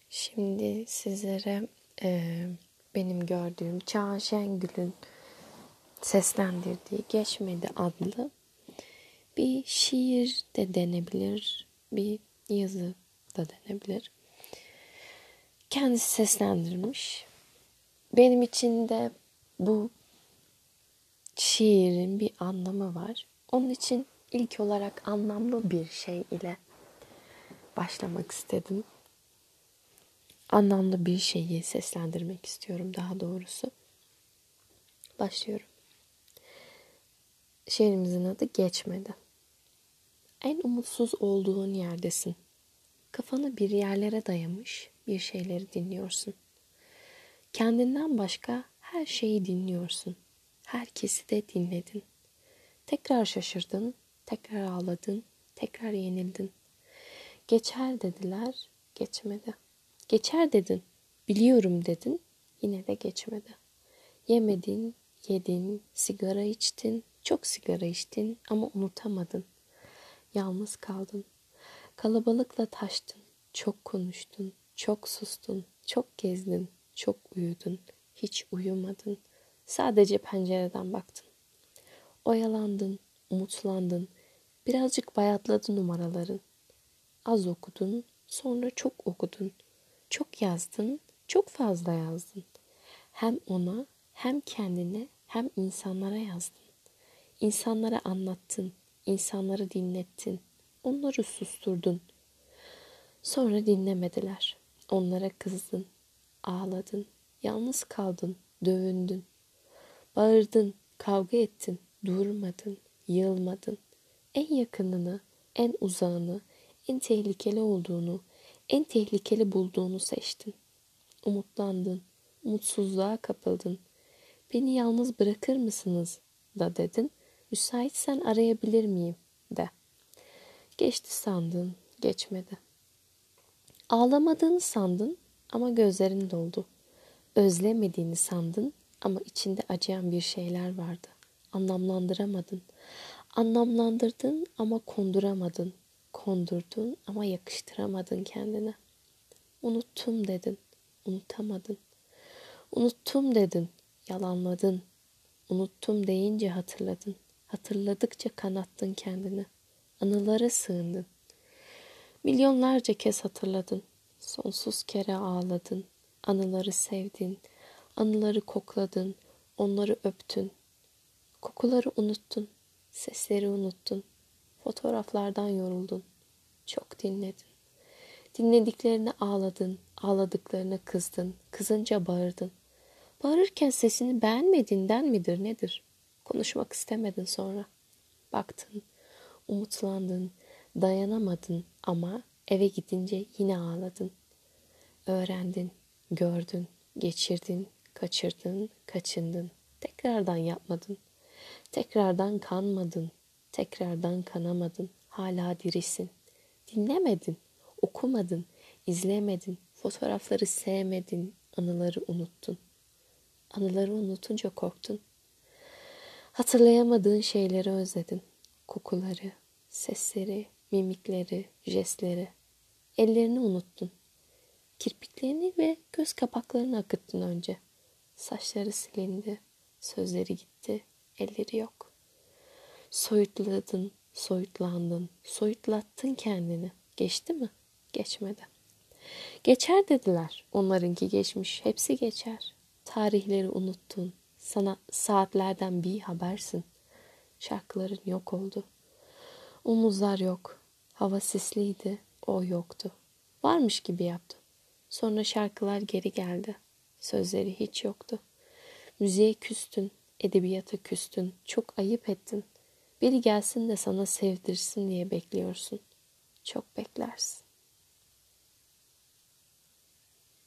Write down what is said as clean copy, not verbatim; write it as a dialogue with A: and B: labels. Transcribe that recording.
A: Şimdi sizlere benim gördüğüm Çağan Şengül'ün seslendirdiği Geçmedi adlı bir şiir de denebilir, bir yazı da denebilir. Kendisi seslendirmiş. Benim için de bu şiirin bir anlamı var. Onun için ilk olarak anlamlı bir şey ile başlamak istedim. Anlamlı bir şeyi seslendirmek istiyorum daha doğrusu. Başlıyorum. Şiirimizin adı Geçmedi. En umutsuz olduğun yerdesin. Kafanı bir yerlere dayamış bir şeyleri dinliyorsun. Kendinden başka her şeyi dinliyorsun. Herkesi de dinledin. Tekrar şaşırdın, tekrar ağladın, tekrar yenildin. Geçer dediler, geçmedi. Geçer dedin, biliyorum dedin, yine de geçmedi. Yemedin, yedin, sigara içtin, çok sigara içtin ama unutamadın. Yalnız kaldın. Kalabalıkla taştın, çok konuştun, çok sustun, çok gezdin, çok uyudun, hiç uyumadın. Sadece pencereden baktın. Oyalandın, umutlandın, birazcık bayatladı numaraların. Az okudun, sonra çok okudun. Çok yazdın, çok fazla yazdın. Hem ona, hem kendine, hem insanlara yazdın. İnsanlara anlattın, insanları dinlettin. Onları susturdun. Sonra dinlemediler. Onlara kızdın, ağladın, yalnız kaldın, dövündün. Bağırdın, kavga ettin, durmadın, yılmadın. En yakınını, en uzağını, en tehlikeli olduğunu, en tehlikeli bulduğunu seçtin. Umutlandın, umutsuzluğa kapıldın. Beni yalnız bırakır mısınız da dedin. Müsaitsen arayabilir miyim de. Geçti sandın, geçmedi. Ağlamadığını sandın ama gözlerin doldu. Özlemediğini sandın ama içinde acıyan bir şeyler vardı. Anlamlandıramadın. Anlamlandırdın ama konduramadın. Kondurdun ama yakıştıramadın kendine. Unuttum dedin, unutamadın. Unuttum dedin, yalanladın. Unuttum deyince hatırladın. Hatırladıkça kanattın kendini. Anılara sığındın. Milyonlarca kez hatırladın. Sonsuz kere ağladın. Anıları sevdin. Anıları kokladın. Onları öptün. Kokuları unuttun. Sesleri unuttun. Fotoğraflardan yoruldun. Çok dinledin. Dinlediklerine ağladın. Ağladıklarına kızdın. Kızınca bağırdın. Bağırırken sesini beğenmediğinden midir nedir? Konuşmak istemedin sonra. Baktın, umutlandın, dayanamadın ama eve gidince yine ağladın. Öğrendin, gördün, geçirdin, kaçırdın, kaçındın. Tekrardan yapmadın. Tekrardan kanmadın. Tekrardan kanamadın. Hala dirisin. Dinlemedin, okumadın, izlemedin. Fotoğrafları sevmedin, anıları unuttun. Anıları unutunca korktun. Hatırlayamadığın şeyleri özledin. Kokuları, sesleri, mimikleri, jestleri. Ellerini unuttun. Kirpiklerini ve göz kapaklarını akıttın önce. Saçları silindi, sözleri gitti, elleri yok. Soyutladın, soyutlandın, soyutlattın kendini. Geçti mi? Geçmedi. Geçer dediler. Onlarınki geçmiş, hepsi geçer. Tarihleri unuttun. Sana saatlerden bir habersin. Şarkıların yok oldu. Omuzlar yok. Hava sisliydi. O yoktu. Varmış gibi yaptı. Sonra şarkılar geri geldi. Sözleri hiç yoktu. Müziğe küstün. Edebiyata küstün. Çok ayıp ettin. Biri gelsin de sana sevdirsin diye bekliyorsun. Çok beklersin.